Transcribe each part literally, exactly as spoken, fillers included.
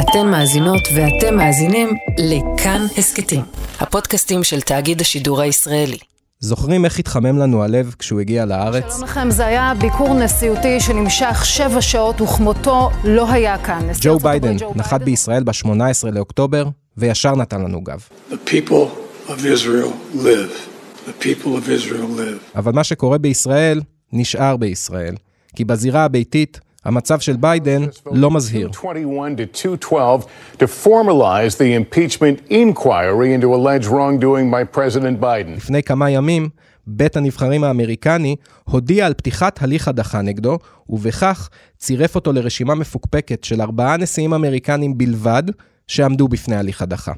אתן מאזינות ואתם מאזינים לכאן הסקטים, הפודקאסטים של תאגיד השידור הישראלי. זוכרים איך התחמם לנו הלב כשהוא הגיע לארץ? שלום לכם, זה היה ביקור נשיאותי שנמשך שבע שעות וכמותו לא היה כאן. ג'ו ביידן נחת בישראל ב-שמונה עשרה לאוקטובר וישר נתן לנו גב. The people of Israel live. The people of Israel live. אבל מה שקורה בישראל נשאר בישראל, כי בזירה הביתית המצב של ביידן לא מזהיר. to formalize the impeachment inquiry into alleged wrongdoing by President Biden. לפני כמה ימים, בית הנבחרים האמריקני הודיע על פתיחת הליך הדחה נגדו, ובכך צירף אותו לרשימה מפוקפקת של ארבעה נשיאים אמריקנים בלבד שעמדו בפני הליך הדחה.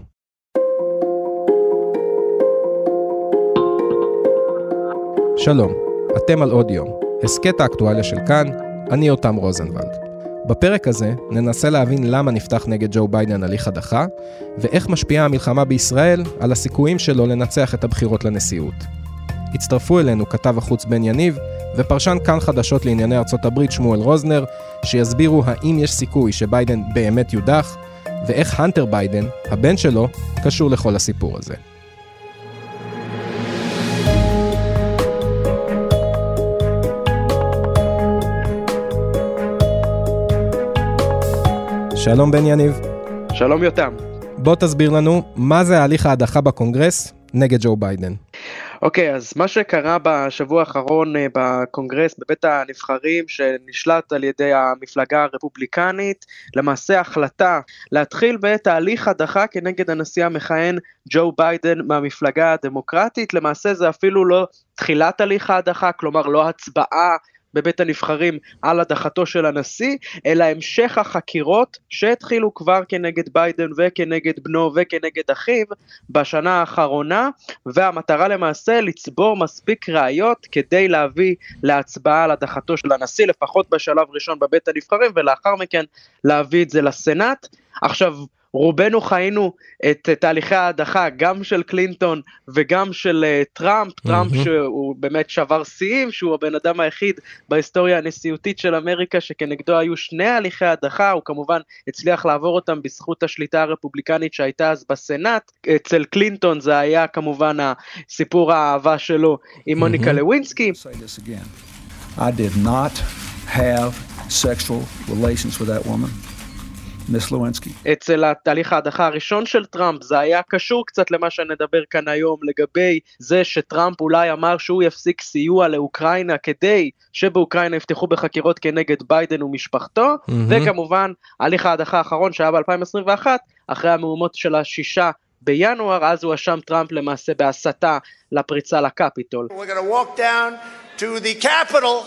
שלום, אתם על עוד יום, הסקט האקטואליה של כאן, אני אותם רוזנבלד. בפרק הזה ננסה להבין למה נפתח נגד ג'ו ביידן הליך הדחה, ואיך משפיעה המלחמה בישראל על הסיכויים שלו לנצח את הבחירות לנשיאות. הצטרפו אלינו כתב החוץ בן יניב, ופרשן כאן חדשות לענייני ארצות הברית שמואל רוזנר, שיסבירו האם יש סיכוי שביידן באמת יודח, ואיך הנטר ביידן, הבן שלו, קשור לכל הסיפור הזה. שלום בן יניב. שלום יותם. בוא תסביר לנו מה זה ההליך ההדחה בקונגרס נגד ג'ו ביידן. אוקיי, אז מה שקרה בשבוע האחרון בקונגרס, בבית הנבחרים, שנשלט על ידי המפלגה הרפובליקנית, למעשה החלטה להתחיל בתהליך הדחה כנגד הנשיא המכהן ג'ו ביידן מהמפלגה הדמוקרטית. למעשה זה אפילו לא תחילת הליך ההדחה, כלומר לא הצבעה בבית הנבחרים על הדחתו של הנשיא, אלא המשך החקירות שהתחילו כבר כנגד ביידן וכנגד בנו וכנגד אחיו בשנה האחרונה, והמטרה למעשה לצבור מספיק ראיות כדי להביא להצבעה על הדחתו של הנשיא, לפחות בשלב ראשון בבית הנבחרים, ולאחר מכן להביא את זה לסנאט. עכשיו, רובנו חיינו את תהליכי ההדחה, גם של קלינטון וגם של uh, טראמפ, mm-hmm. טראמפ שהוא באמת שבר שיאים, שהוא הבן אדם היחיד בהיסטוריה הנשיאותית של אמריקה, שכנגדו היו שני הליכי הדחה, הוא כמובן הצליח לעבור אותם בזכות השליטה הרפובליקנית שהייתה אז בסנאט. אצל קלינטון זה היה כמובן הסיפור האהבה שלו עם מוניקה mm-hmm. לוינסקי. I did not have sexual relations with that woman. מיס לוינסקי. אצל התהליך ההדחה הראשון של טראמפ זה היה קשור קצת למה שנדבר כאן היום, לגבי זה שטראמפ אולי אמר שהוא יפסיק סיוע לאוקראינה כדי שבאוקראינה יפתחו בחקירות כנגד ביידן ומשפחתו, mm-hmm. וכמובן ההליך ההדחה האחרון שהיה ב-אלפיים עשרים ואחת אחרי המהומות של השישה בינואר, אז הוא אשם טראמפ למעשה בהסתה לפריצה לקפיטול. We're going to walk down to the Capitol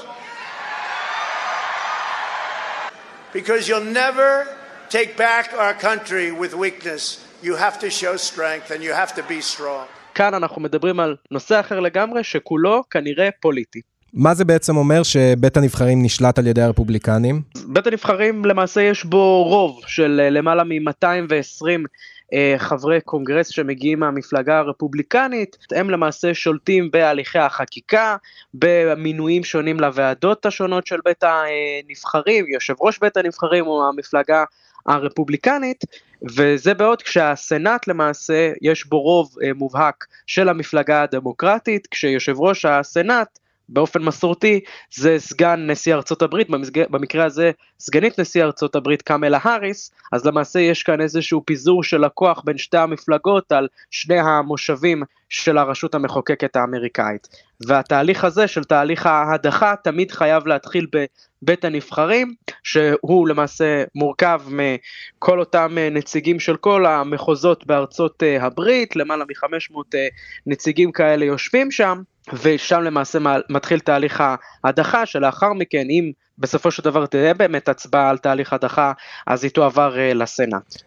because you'll never take back our country with weakness. You have to show strength and you have to be strong. כאן אנחנו מדברים על נושא אחר לגמרי, שכולו כנראה פוליטי. מה זה בעצם אומר שבית הנבחרים נשלט על ידי הרפובליקנים? בית הנבחרים למעשה יש בו רוב של למעלה מ-מאתיים ועשרים חברי קונגרס שמגיעים מהמפלגה הרפובליקנית. הם למעשה שולטים בהליכי החקיקה, במינויים שונים לוועדות השונות של בית הנבחרים, יושב ראש בית הנבחרים הוא המפלגה הרפובליקנית, וזה בעוד כשהסנאט למעשה יש בו רוב מובהק של המפלגה הדמוקרטית, כשיושב ראש הסנאט באופן מסורתי זה סגן נשיא ארצות הברית, במקרה הזה סגנית נשיא ארצות הברית קמלה האריס. אז למעשה יש כאן איזשהו פיזור של הכוח בין שתי המפלגות על שני המושבים של הרשות המחוקקת האמריקאית, והתהליך הזה של תהליך ההדחה תמיד חייב להתחיל בבית הנבחרים, שהוא למעשה מורכב מכל אותם נציגים של כל המחוזות בארצות הברית, למעלה מ-חמש מאות נציגים כאלה יושבים שם, ושם למעשה מתחיל תהליך ההדחה, שלאחר מכן אם בסופו של דבר תהיה באמת הצבעה על תהליך הדחה, אז היא תועבר לסנאט.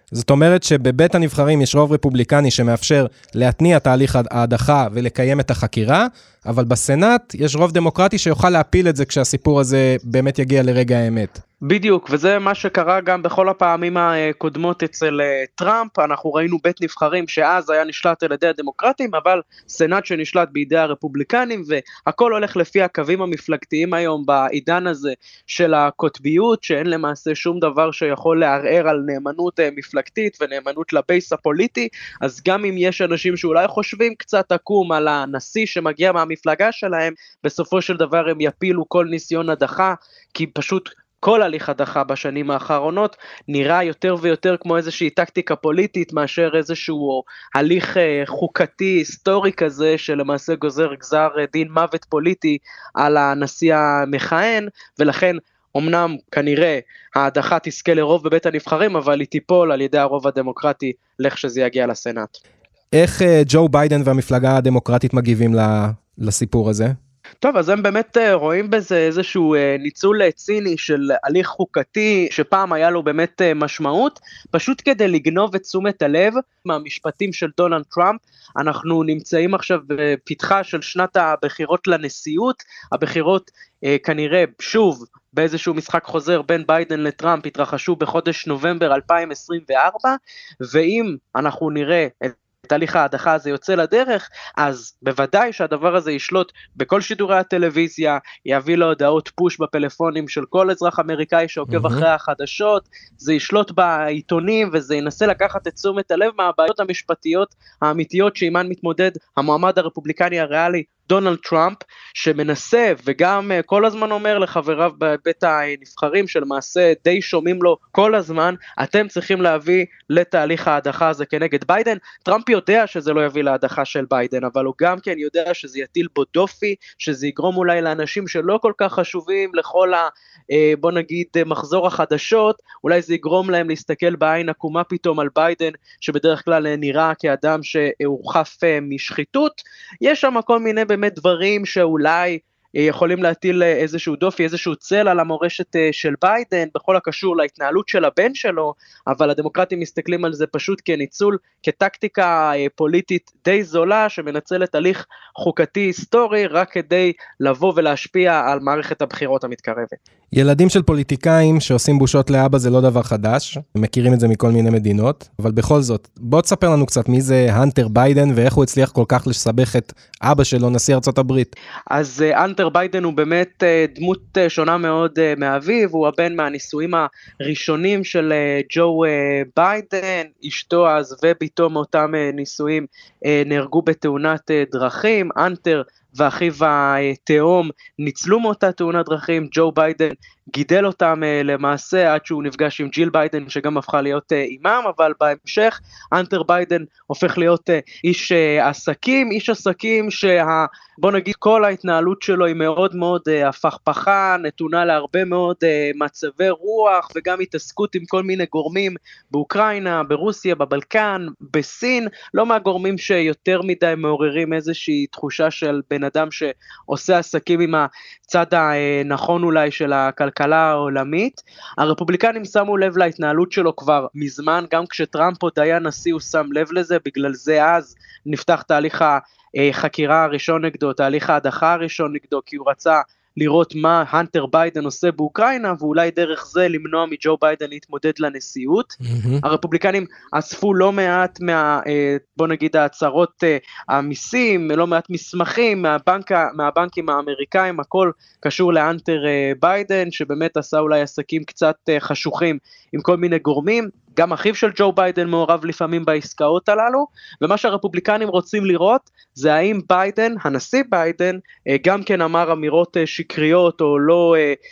זאת אומרת שבבית הנבחרים יש רוב רפובליקני שמאפשר להתניע תהליך ההדחה ולקיים את החקירה, אבל בסנאט יש רוב דמוקרטי שיוכל להפיל את זה כשהסיפור הזה באמת יגיע לרגע האמת. בדיוק, וזה מה שקרה גם בכל הפעמים הקודמות אצל טראמפ. אנחנו ראינו בית נבחרים שאז היה נשלט על ידי הדמוקרטים, אבל סנאט שנשלט בידי הרפובליקנים, והכל הולך לפי הקווים המפלגתיים היום בעידן הזה של הקוטביות, שאין למעשה שום דבר שיכול לערער על נאמנות מפלגתית ונאמנות לבייס הפוליטי. אז גם אם יש אנשים שאולי חושבים קצת עקום על הנשיא שמגיע מהמפלגה שלהם, בסופו של דבר הם יפילו כל ניסיון הדחה, כי פשוט כל הליך הדחה בשנים האחרונות נראה יותר ויותר כמו איזושהי טקטיקה פוליטית, מאשר איזשהו הליך חוקתי היסטורי כזה, שלמעשה גוזר גזר דין מוות פוליטי על הנשיא המכהן. ולכן אמנם כנראה ההדחה תזכה לרוב בבית הנבחרים, אבל היא תיפול על ידי הרוב הדמוקרטי לך שזה יגיע לסנאט. איך ג'ו ביידן והמפלגה הדמוקרטית מגיבים לסיפור הזה? טוב, אז הם באמת רואים בזה איזשהו ניצול ציני של הליך חוקתי, שפעם היה לו באמת משמעות, פשוט כדי לגנוב את תשומת הלב מהמשפטים של דונלד טראמפ. אנחנו נמצאים עכשיו בפתחה של שנת הבחירות לנשיאות, הבחירות כנראה שוב באיזשהו משחק חוזר בין ביידן לטראמפ התרחשו בחודש נובמבר אלפיים עשרים וארבע, ואם אנחנו נראה את תהליך ההדחה הזה יוצא לדרך, אז בוודאי שהדבר הזה ישלוט בכל שידורי הטלוויזיה, יביא לו הודעות פוש בפלאפונים של כל אזרח אמריקאי שעוקב mm-hmm. אחרי החדשות, זה ישלוט בעיתונים, וזה ינסה לקחת את תשומת הלב מהבעיות המשפטיות האמיתיות שעימן מתמודד המועמד הרפובליקני הריאלי, דונלד טראמפ, שמנסה וגם כל הזמן אומר לחבריו בבית הנבחרים, שלמעשה די שומעים לו כל הזמן, אתם צריכים להביא לתהליך ההדחה הזה כנגד ביידן. טראמפ יודע שזה לא יביא להדחה של ביידן, אבל הוא גם כן יודע שזה יטיל בו דופי, שזה יגרום אולי לאנשים שלא כל כך חשובים לכל ה... בוא נגיד מחזור החדשות, אולי זה יגרום להם להסתכל בעין עקומה פתאום על ביידן, שבדרך כלל נראה כאדם שהוא חף משחיתות. יש שם כל מיני באמת דברים שאולי יכולים להטיל איזשהו דופי, איזשהו צל על המורשת של ביידן, בכל הקשור להתנהלות של הבן שלו, אבל הדמוקרטים מסתכלים על זה פשוט כניצול, כטקטיקה פוליטית די זולה, שמנצלת הליך חוקתי היסטורי, רק כדי לבוא ולהשפיע על מערכת הבחירות המתקרבת. ילדים של פוליטיקאים שעושים בושות לאבא זה לא דבר חדש, מכירים את זה מכל מיני מדינות, אבל בכל זאת, בוא תספר לנו קצת מי זה הנטר ביידן, ואיך הוא הצליח כל כך לסבך את אבא שלו, נשיא ארצות הברית. אז הנטר ביידן הוא באמת דמות שונה מאוד מאביו, הוא הבן מהנישואים הראשונים של ג'ו ביידן, אשתו אז וביתו מאותם נישואים נהרגו בתאונת דרכים. הנטר ואחיו התאום ניצלו מאותה תאונת דרכים, ג'ו ביידן גידל אותם למעשה עד שהוא נפגש עם ג'יל ביידן שגם הפכה להיות אימם, אבל בהמשך הנטר ביידן הופך להיות איש עסקים, איש עסקים שה... בוא נגיד כל ההתנהלות שלו היא מאוד מאוד הפכפכה, נתונה להרבה מאוד מצבי רוח, וגם התעסקות עם כל מיני גורמים באוקראינה, ברוסיה, בבלקן, בסין, לא מהגורמים שיותר מדי מעוררים איזושהי תחושה של בן אדם שעושה עסקים עם הצד הנכון אולי של הכלכלה העולמית. הרפובליקנים שמו לב להתנהלות שלו כבר מזמן, גם כשטראמפ עוד היה נשיא הוא שם לב לזה, בגלל זה אז נפתח תהליך החקירה הראשון נגדו, תהליך ההדחה הראשון נגדו, כי הוא רצה לראות מה הנטר ביידן עושה באוקראינה, ואולי דרך זה למנוע מג'ו ביידן להתמודד לנשיאות. Mm-hmm. הרפובליקנים אספו לא מעט מה, בוא נגיד ההצהרות המיסים, לא מעט מסמכים מהבנק, מהבנקים האמריקאים, הכל קשור להנטר ביידן, שבאמת עשה אולי עסקים קצת חשוכים עם כל מיני גורמים. גם אחיו של ג'ו ביידן מעורב לפעמים בעסקאות הללו, ומה שהרפובליקנים רוצים לראות, זה האם ביידן, הנשיא ביידן, גם כן אמר אמירות שקריות, או לא,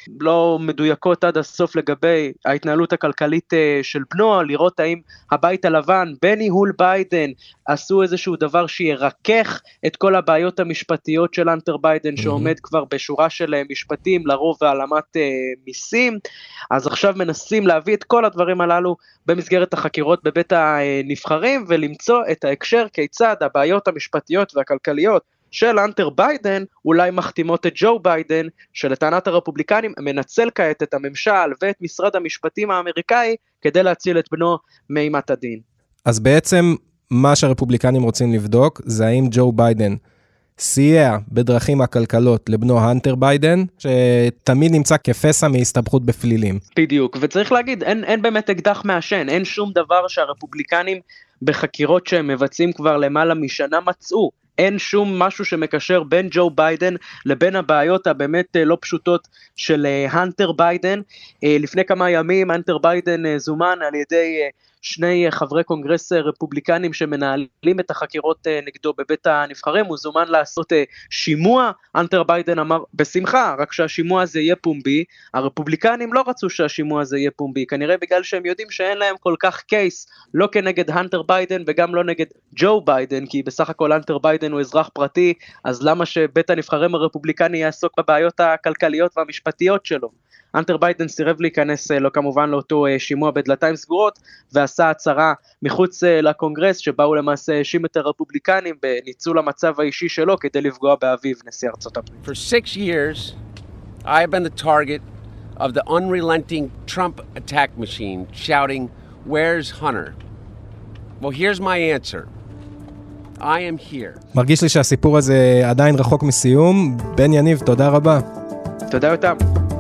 לא מדויקות עד הסוף לגבי ההתנהלות הכלכלית של בנו, לראות האם הבית הלבן, בניהול ביידן, עשו איזשהו דבר שירקח את כל הבעיות המשפטיות של הנטר ביידן, mm-hmm. שעומד כבר בשורה של משפטים, לרוב והעלמת מיסים. אז עכשיו מנסים להביא את כל הדברים הללו במסגרת החקירות בבית הנבחרים, ולמצוא את ההקשר כיצד הבעיות המשפטיות והכלכליות של הנטר ביידן אולי מחתימות את ג'ו ביידן, שלטענת הרפובליקנים מנצל כעת את הממשל ואת משרד המשפטים האמריקאי כדי להציל את בנו מאימת הדין. אז בעצם מה שהרפובליקנים רוצים לבדוק, זה האם ג'ו ביידן סייע בדרכים הכלכלות לבנו הנטר ביידן, שתמיד נמצא כפסע מהסתבכות בפלילים. בדיוק, וצריך להגיד, אין, אין באמת אקדח מעשן, אין שום דבר שהרפובליקנים בחקירות שהם מבצעים כבר למעלה משנה מצאו, אין שום משהו שמקשר בין ג'ו ביידן לבין הבעיות הבאמת לא פשוטות של הנטר ביידן. לפני כמה ימים הנטר ביידן זומן על ידי שני חברי קונגרס רפובליקנים שמנהלים את החקירות נגדו בבית הנבחרים, הוא זומן לעשות שימוע, הנטר ביידן אמר בשמחה, רק שהשימוע הזה יהיה פומבי, הרפובליקנים לא רצו שהשימוע הזה יהיה פומבי, כנראה בגלל שהם יודעים שאין להם כל כך קייס, לא כנגד הנטר ביידן וגם לא נגד ג'ו ביידן, כי בסך הכל הנטר ביידן הוא אזרח פרטי, אז למה שבית הנבחרים הרפובליקני יעסוק בבעיות הכלכליות והמשפטיות שלו? הנטר ביידן סירב להיכנס לו כמובן לאותו שימוע בדלתיים סגורות, ועשה הצהרה מחוץ לקונגרס, שבה הוא למעשה האשים את הרפובליקנים בניצול המצב האישי שלו, כדי לפגוע באביו נשיא ארצות הברית. For six years, I have been the target of the unrelenting Trump attack machine, shouting, "Where's Hunter?" Well, here's my answer. I am here. מרגיש לי שהסיפור הזה עדיין רחוק מסיום. בן יניב, תודה רבה. תודה אותם.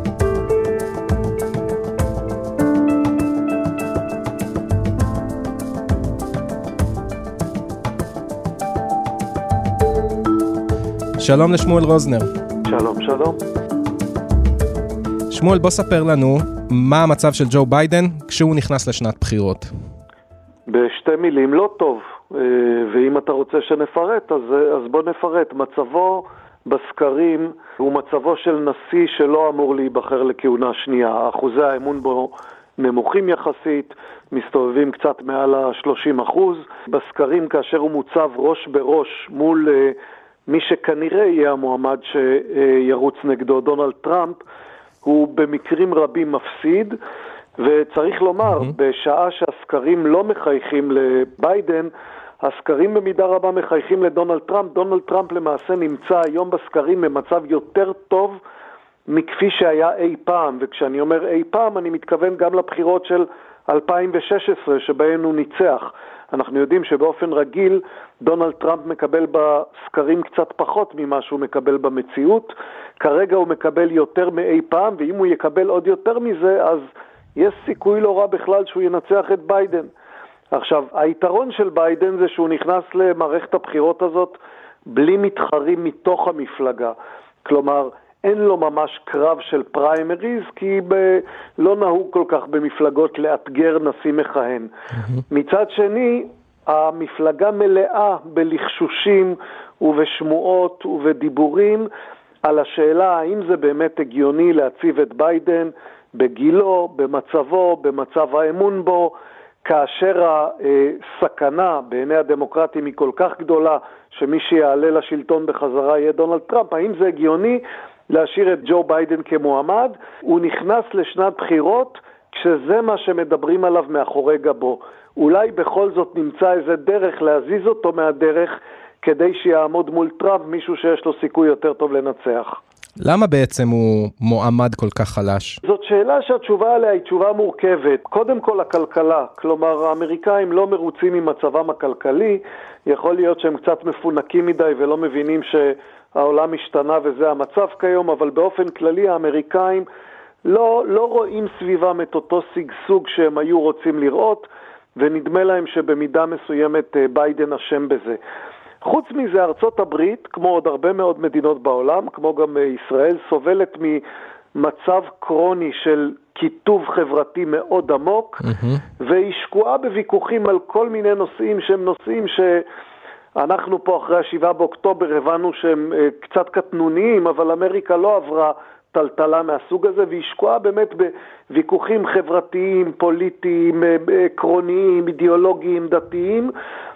שלום לשמואל רוזנר. שלום, שלום. שמואל, בוא ספר לנו מה המצב של ג'ו ביידן כשהוא נכנס לשנת בחירות. בשתי מילים, לא טוב. ואם אתה רוצה שנפרט, אז, אז בוא נפרט. מצבו בסקרים הוא מצבו של נשיא שלא אמור להיבחר לכהונה שנייה. אחוזי האמון בו נמוכים יחסית, מסתובבים קצת מעל ה-שלושים אחוז. בסקרים כאשר הוא מוצב ראש בראש מול מי שכנראה יהיה המועמד שירוץ נגדו, דונלד טראמפ, הוא במקרים רבים מפסיד, וצריך לומר, mm-hmm. בשעה שהסקרים לא מחייכים לביידן, הסקרים במידה רבה מחייכים לדונלד טראמפ. דונלד טראמפ למעשה נמצא היום בסקרים במצב יותר טוב מכפי שהיה אי פעם, וכשאני אומר אי פעם אני מתכוון גם לבחירות של אלפיים ושש עשרה שבהן הוא ניצח. אנחנו יודעים שבאופן רגיל דונלד טראמפ מקבל בסקרים קצת פחות ממה שהוא מקבל במציאות. כרגע הוא מקבל יותר מאי פעם, ואם הוא יקבל עוד יותר מזה, אז יש סיכוי לא רע בכלל שהוא ינצח את ביידן. עכשיו, היתרון של ביידן זה שהוא נכנס למערכת הבחירות הזאת בלי מתחרים מתוך המפלגה. כלומר, אין לו ממש קרב של פריימריז, כי ב... לא נהוג כל כך במפלגות לאתגר נשיא מכהן. Mm-hmm. מצד שני, המפלגה מלאה בלחשושים ובשמועות ובדיבורים על השאלה האם זה באמת הגיוני להציב את ביידן בגילו, במצבו, במצב האמון בו, כאשר הסכנה בעיני הדמוקרטים היא כל כך גדולה שמי שיעלה לשלטון בחזרה יהיה דונלד טראמפ. האם זה הגיוני להשאיר את ג'ו ביידן כמועמד? הוא נכנס לשנת בחירות כשזה מה שמדברים עליו מאחורי גבו. אולי בכל זאת נמצא איזה דרך להזיז אותו מהדרך כדי שיעמוד מול טראמפ מישהו שיש לו סיכוי יותר טוב לנצח. למה בעצם הוא מועמד כל כך חלש? זאת שאלה שהתשובה עליה היא תשובה מורכבת. קודם כל הכלכלה, כלומר האמריקאים לא מרוצים עם מצבם הכלכלי, יכול להיות שהם קצת מפונקים מדי ולא מבינים שהעולם השתנה וזה המצב כיום, אבל באופן כללי האמריקאים לא, לא רואים סביבם את אותו סגסוג שהם היו רוצים לראות, ונדמה להם שבמידה מסוימת ביידן אשם בזה. חוץ מזה, ארצות הברית, כמו עוד הרבה מאוד מדינות בעולם, כמו גם ישראל, סובלת ממצב קרוני של כיתוב חברתי מאוד עמוק, mm-hmm. והיא שקועה בוויכוחים על כל מיני נושאים שהם נושאים שאנחנו פה אחרי השבעה באוקטובר הבנו שהם קצת קטנוניים, אבל אמריקה לא עברה טלטלה מהסוג הזה, והיא שקועה באמת בוויכוחים חברתיים, פוליטיים, עקרוניים, אידיאולוגיים, דתיים,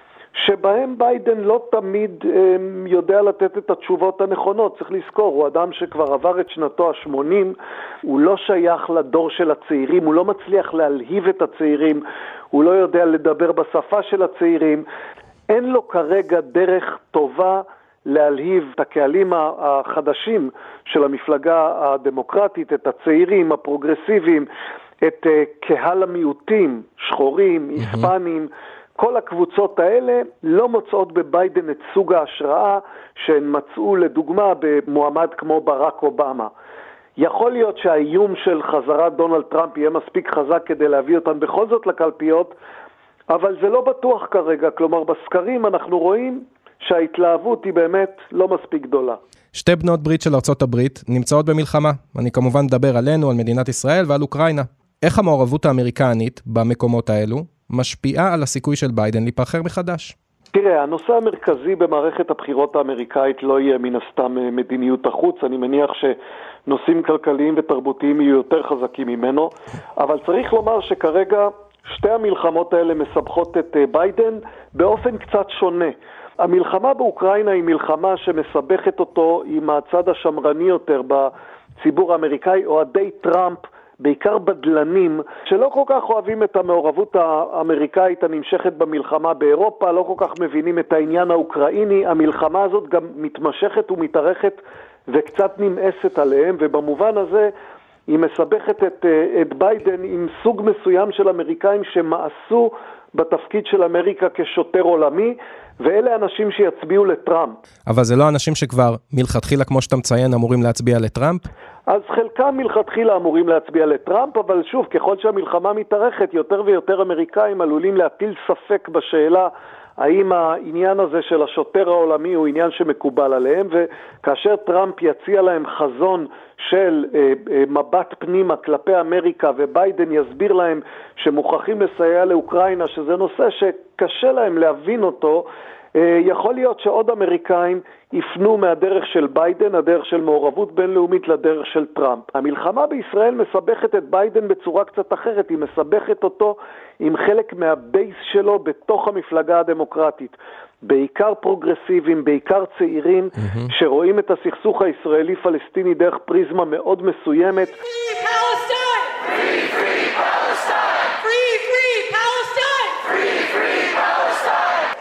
שבהם ביידן לא תמיד um, יודע לתת את התשובות הנכונות. צריך לזכור, הוא אדם שכבר עבר את שנתו ה-שמונים, הוא לא שייך לדור של הצעירים, הוא לא מצליח להלהיב את הצעירים, הוא לא יודע לדבר בשפה של הצעירים, אין לו כרגע דרך טובה להלהיב את הקהלים החדשים של המפלגה הדמוקרטית, את הצעירים, הפרוגרסיביים, את קהל המיעוטים, שחורים, היספנים, כל הקבוצות האלה לא מוצאות בביידן את סוג ההשראה שהן מצאו לדוגמה במועמד כמו ברק אובמה. יכול להיות שהאיום של חזרת דונלד טראמפ יהיה מספיק חזק כדי להביא אותן בכל זאת לקלפיות, אבל זה לא בטוח כרגע. כלומר, בסקרים אנחנו רואים שההתלהבות היא באמת לא מספיק גדולה. שתי בנות ברית של ארצות הברית נמצאות במלחמה. אני כמובן מדבר עלינו, על מדינת ישראל ועל אוקראינה. איך המעורבות האמריקנית במקומות האלו משפיעה על הסיכוי של ביידן להיבחר מחדש? תראה, הנושא המרכזי במערכת הבחירות האמריקאית לא יהיה מן הסתם מדיניות החוץ. אני מניח שנושאים כלכליים ותרבותיים יהיו יותר חזקים ממנו, אבל צריך לומר שכרגע שתי המלחמות האלה מסבכות את ביידן באופן קצת שונה. המלחמה באוקראינה היא מלחמה שמסבכת אותו עם הצד השמרני יותר בציבור האמריקאי, אוהדי טראמפ, בעיקר בדלנים, שלא כל כך אוהבים את המעורבות האמריקאית הנמשכת במלחמה באירופה, לא כל כך מבינים את העניין האוקראיני. המלחמה הזאת גם מתמשכת ומתארכת וקצת נמאסת עליהם, ובמובן הזה היא מסבכת את, את ביידן עם סוג מסוים של אמריקאים שמאסו בתפקיד של אמריקה כשוטר עולמי, ואלה אנשים שיצביעו לטראמפ. אבל זה לא אנשים שכבר מלכתחילה, כמו שאתה מציין, אמורים להצביע לטראמפ? אז חלקם מלכתחילה אמורים להצביע לטראמפ, אבל שוב, ככל שהמלחמה מתארכת, יותר ויותר אמריקאים עלולים להטיל ספק בשאלה האם העניין הזה של השוטר העולמי הוא עניין שמקובל עליהם, וכאשר טראמפ יציע להם חזון של אה, אה, מבט פנימה כלפי אמריקה, וביידן יסביר להם שמוכרחים לסייע לאוקראינה, שזה נושא שקשה להם להבין אותו, אה, יכול להיות שעוד אמריקאים יפנו מהדרך של ביידן, הדרך של מעורבות בינלאומית, לדרך של טראמפ. המלחמה בישראל מסבכת את ביידן בצורה קצת אחרת, היא מסבכת אותו עם חלק מהבייס שלו בתוך המפלגה הדמוקרטית. בעיקר פרוגרסיביים, בעיקר צעירים, mm-hmm. שרואים את הסכסוך הישראלי-פלסטיני דרך פריזמה מאוד מסוימת. Free Palestine! Free, free Palestine! Free, free Palestine! Free, free Palestine!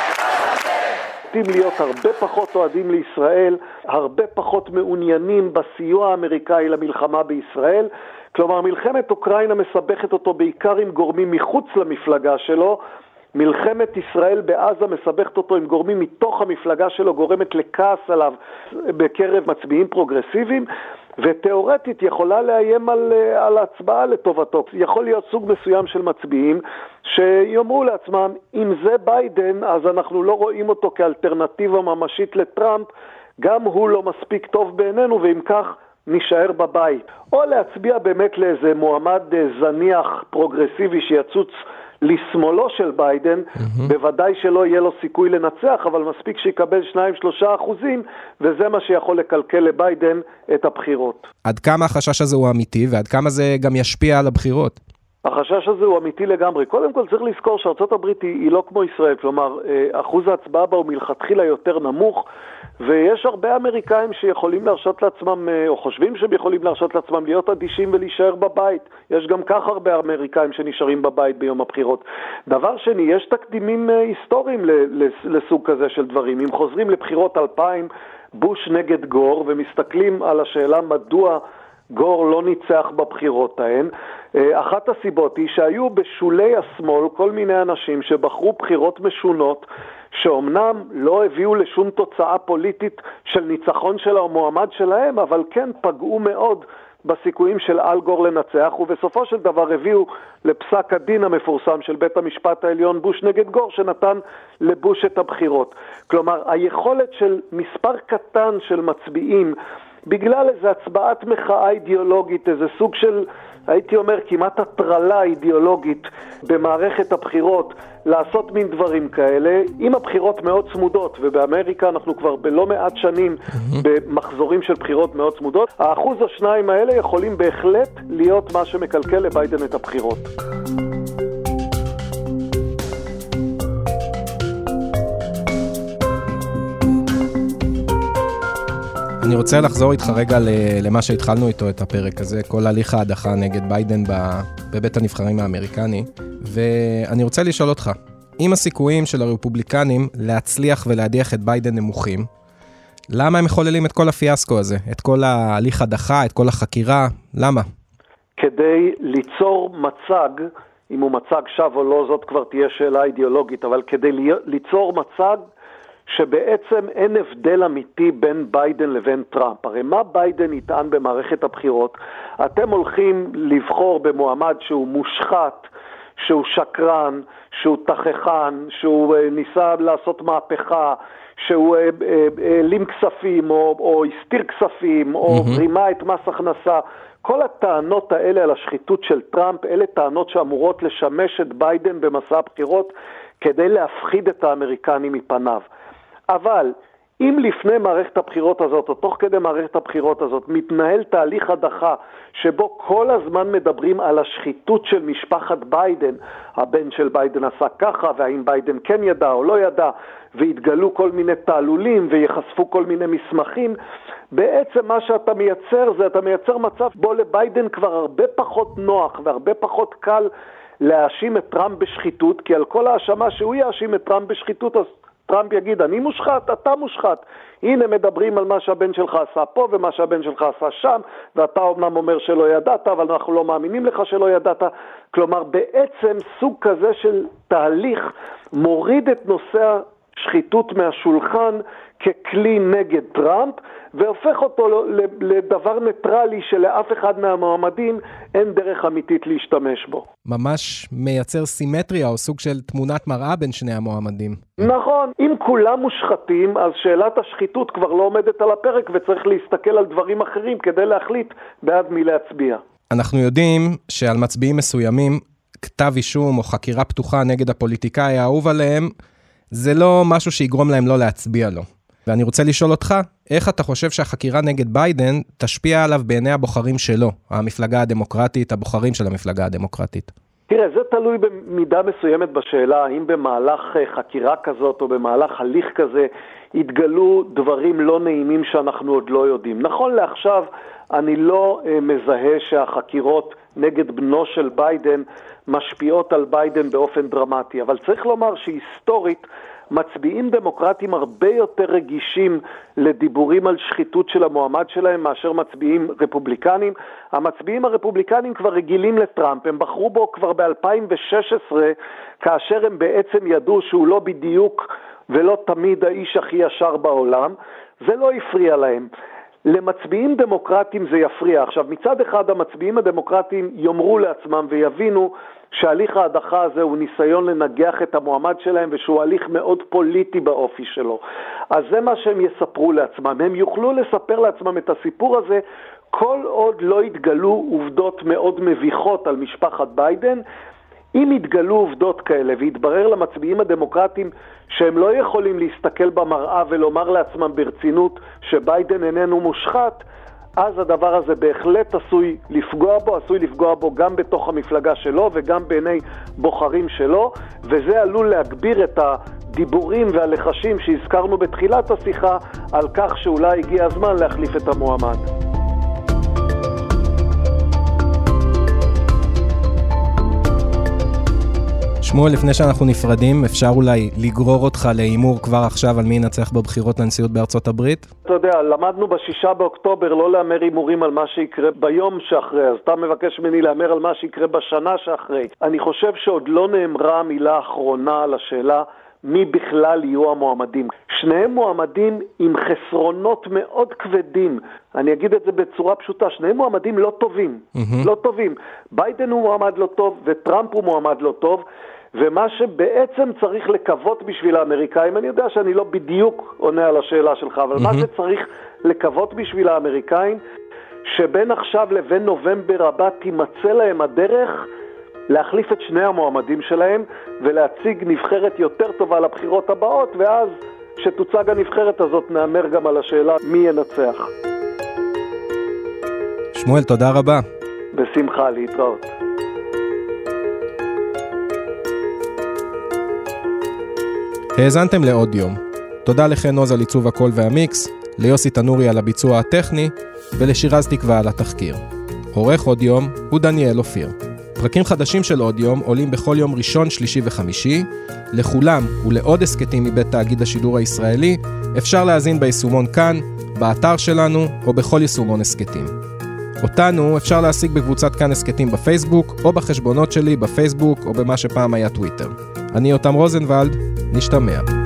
להיות הרבה פחות אוהדים לישראל, הרבה פחות מעוניינים בסיוע האמריקאי למלחמה בישראל. כלומר, מלחמת אוקראינה מסבכת אותו בעיקר עם גורמים מחוץ למפלגה שלו, מלחמת ישראל בעזה מסבכת אותו עם גורמים מתוך המפלגה שלו, גורמת לכעס עליו בקרב מצביעים פרוגרסיביים, ותיאורטית יכולה לאיים על, על הצבעה לטובתו. יכול להיות סוג מסוים של מצביעים שיאמרו לעצמם, אם זה ביידן, אז אנחנו לא רואים אותו כאלטרנטיבה ממשית לטראמפ, גם הוא לא מספיק טוב בעינינו, ואם כך נשאר בבית. או להצביע באמת לאיזה מועמד זניח פרוגרסיבי שיצוץ לשמאלו של ביידן, mm-hmm. בוודאי שלא יהיה לו סיכוי לנצח, אבל מספיק שיקבל שניים שלושה אחוזים, וזה מה שיכול לקלקל לביידן את הבחירות. עד כמה החשש הזה הוא אמיתי, ועד כמה זה גם ישפיע על הבחירות? החשש הזה הוא אמיתי לגמרי. קודם כל צריך לזכור שארצות הברית היא, היא לא כמו ישראל, כלומר, אחוז ההצבעה בה הוא מלכתחילה יותר נמוך, ויש הרבה אמריקאים שיכולים להרשות לעצמם, או חושבים שהם יכולים להרשות לעצמם להיות אדישים ולהישאר בבית. יש גם כך הרבה אמריקאים שנשארים בבית ביום הבחירות. דבר שני, יש תקדימים היסטוריים לסוג כזה של דברים. אם חוזרים לבחירות אלפיים, בוש נגד גור, ומסתכלים על השאלה מדוע גור לא ניצח בבחירות ההן, אחת הסיבות היא שהיו בשולי השמאל כל מיני אנשים שבחרו בחירות משונות, שאומנם לא הביאו לשום תוצאה פוליטית של ניצחון של המועמד שלהם, אבל כן פגעו מאוד בסיכויים של אל גור לנצח, ובסופו של דבר הביאו לפסק הדין המפורסם של בית המשפט העליון בוש נגד גור, שנתן לבוש את הבחירות. כלומר, היכולת של מספר קטן של מצביעים, בגלל איזו הצבעת מחאה אידיאולוגית, איזה סוג של, הייתי אומר, כמעט הטרלה אידיאולוגית במערכת הבחירות, לעשות מין דברים כאלה, עם הבחירות מאוד צמודות, ובאמריקה אנחנו כבר בלא מעט שנים במחזורים של בחירות מאוד צמודות, האחוז השניים האלה יכולים בהחלט להיות מה שמקלקל לביידן את הבחירות. אני רוצה לחזור איתך רגע למה שהתחלנו איתו את הפרק הזה, כל הליך ההדחה נגד ביידן בבית הנבחרים האמריקני, ואני רוצה לשאול אותך, אם הסיכויים של הרפובליקנים להצליח ולהדיח את ביידן נמוכים, למה הם מחוללים את כל הפיאסקו הזה, את כל ההליך הדחה, את כל החקירה, למה? כדי ליצור מצג, אם הוא מצג שווא או לא, זאת כבר תהיה שאלה אידיאולוגית, אבל כדי ליצור מצג שבעצם אין הבדל אמיתי בין ביידן לבין טראמפ. הרי מה ביידן יטען במערכת הבחירות? אתם הולכים לבחור במועמד שהוא מושחת, שהוא שקרן, שהוא תכחן, שהוא ניסה לעשות מהפכה, שהוא העלים כספים או, או הסתיר כספים או mm-hmm. רימה את מס הכנסה. כל הטענות האלה על השחיתות של טראמפ, אלה טענות שאמורות לשמש את ביידן במסע הבחירות כדי להפחיד את האמריקנים מפניו. אבל אם לפני מערכת הבחירות הזאת, או תוך כדי מערכת הבחירות הזאת, מתנהל תהליך הדחה, שבו כל הזמן מדברים על השחיתות של משפחת ביידן, הבן של ביידן עשה ככה, והאם ביידן כן ידע או לא ידע, והתגלו כל מיני תעלולים, ויחשפו כל מיני מסמכים, בעצם מה שאתה מייצר זה, אתה מייצר מצב בו לביידן כבר הרבה פחות נוח, והרבה פחות קל להאשים את טראמפ בשחיתות, כי על כל האשמה שהוא יאשים את טראמפ בשחיתות, אז טראמפ יגיד, אני מושחת, אתה מושחת. הנה מדברים על מה שהבן שלך עשה פה ומה שהבן שלך עשה שם, ואתה אומנם אומר שלא ידעת, אבל אנחנו לא מאמינים לך שלא ידעת. כלומר, בעצם סוג כזה של תהליך מוריד את נושא השחיתות מהשולחן ככלי נגד טראמפ, והופך אותו לדבר ניטרלי שלאף אחד מהמועמדים אין דרך אמיתית להשתמש בו. ממש מייצר סימטריה או סוג של תמונת מראה בין שני המועמדים. נכון, אם כולם מושחתים, אז שאלת השחיתות כבר לא עומדת על הפרק, וצריך להסתכל על דברים אחרים כדי להחליט בעד מי להצביע. אנחנו יודעים שעל מצביעים מסוימים, כתב אישום או חקירה פתוחה נגד הפוליטיקאי האהוב עליהם, זה לא משהו שיגרום להם לא להצביע לו. ואני רוצה לשאול אותך, איך אתה חושב שהחקירה נגד ביידן תשפיע עליו בעיני הבוחרים שלו, המפלגה הדמוקרטית, הבוחרים של המפלגה הדמוקרטית? תראה, זה תלוי במידה מסוימת בשאלה, האם במהלך חקירה כזאת או במהלך הליך כזה התגלו דברים לא נעימים שאנחנו עוד לא יודעים. נכון לעכשיו, אני לא מזהה שהחקירות נגד בנו של ביידן משפיעות על ביידן באופן דרמטי, אבל צריך לומר שהיסטורית, מצביעים דמוקרטים הרבה יותר רגישים לדיבורים על שחיתות של המועמד שלהם מאשר מצביעים רפובליקנים. המצביעים הרפובליקנים כבר רגילים לטראמפ, הם בחרו בו כבר ב-אלפיים ושש עשרה, כאשר הם בעצם ידעו שהוא לא בדיוק ולא תמיד האיש הכי ישר בעולם. זה לא הפריע להם. למצביעים דמוקרטים זה יפריע. עכשיו, מצד אחד המצביעים הדמוקרטים יאמרו לעצמם ויבינו שהליך ההדחה הזה הוא ניסיון לנגח את המועמד שלהם, ושהוא הליך מאוד פוליטי באופי שלו. אז זה מה שהם יספרו לעצמם. הם יוכלו לספר לעצמם את הסיפור הזה, כל עוד לא יתגלו עובדות מאוד מביכות על משפחת ביידן. אם יתגלו עובדות כאלה ויתברר למצביעים הדמוקרטים שהם לא יכולים להסתכל במראה ולומר לעצמם ברצינות שביידן איננו מושחת, אז הדבר הזה בהחלט עשוי לפגוע בו, עשוי לפגוע בו גם בתוך המפלגה שלו וגם בעיני בוחרים שלו, וזה עלול להגביר את הדיבורים והלחשים שהזכרנו בתחילת השיחה על כך שאולי הגיע הזמן להחליף את המועמד. שמואל, לפני שאנחנו נפרדים, אפשר אולי לגרור אותך לאימור כבר עכשיו על מי ינצח בבחירות לנשיאות בארצות הברית? אתה יודע, למדנו בשישה באוקטובר לא לאמר אימורים על מה שיקרה ביום שאחרי, אז אתה מבקש ממני לאמר על מה שיקרה בשנה שאחרי. אני חושב שעוד לא נאמרה המילה האחרונה על השאלה מי בכלל יהיו המועמדים. שניהם מועמדים עם חסרונות מאוד כבדים. אני אגיד את זה בצורה פשוטה, שניהם מועמדים לא טובים. Mm-hmm. לא טובים. ביידן הוא מועמד לא טוב וטראמפ הוא מועמד לא טוב. ומה שבעצם צריך לקוות בשביל האמריקאים, אני יודע שאני לא בדיוק עונה על השאלה שלך, אבל mm-hmm. מה שצריך לקוות בשביל האמריקאים, שבין עכשיו לבין נובמבר הבא תימצא להם הדרך להחליף את שני המועמדים שלהם, ולהציג נבחרת יותר טובה לבחירות הבאות, ואז שתוצג הנבחרת הזאת נאמר גם על השאלה מי ינצח. שמואל, תודה רבה. בשמחה, להתראות. האזנתם לעוד יום. תודה לכן עוז על עיצוב הקול והמיקס, ליוסי תנורי על הביצוע הטכני, ולשירז תקווה על התחקיר. עורך עוד יום הוא דניאל אופיר. פרקים חדשים של עוד יום עולים בכל יום ראשון, שלישי וחמישי. לכולם ולעוד הסקטים מבית תאגיד השידור הישראלי אפשר להזין ביישומון כאן, באתר שלנו או בכל יישומון הסקטים. אותנו אפשר להשיג בקבוצת כאן הסקטים בפייסבוק, או בחשבונות שלי בפייסבוק, או במה שפעם היה טוויטר. אני יותם רוזנבלד, נשתמע.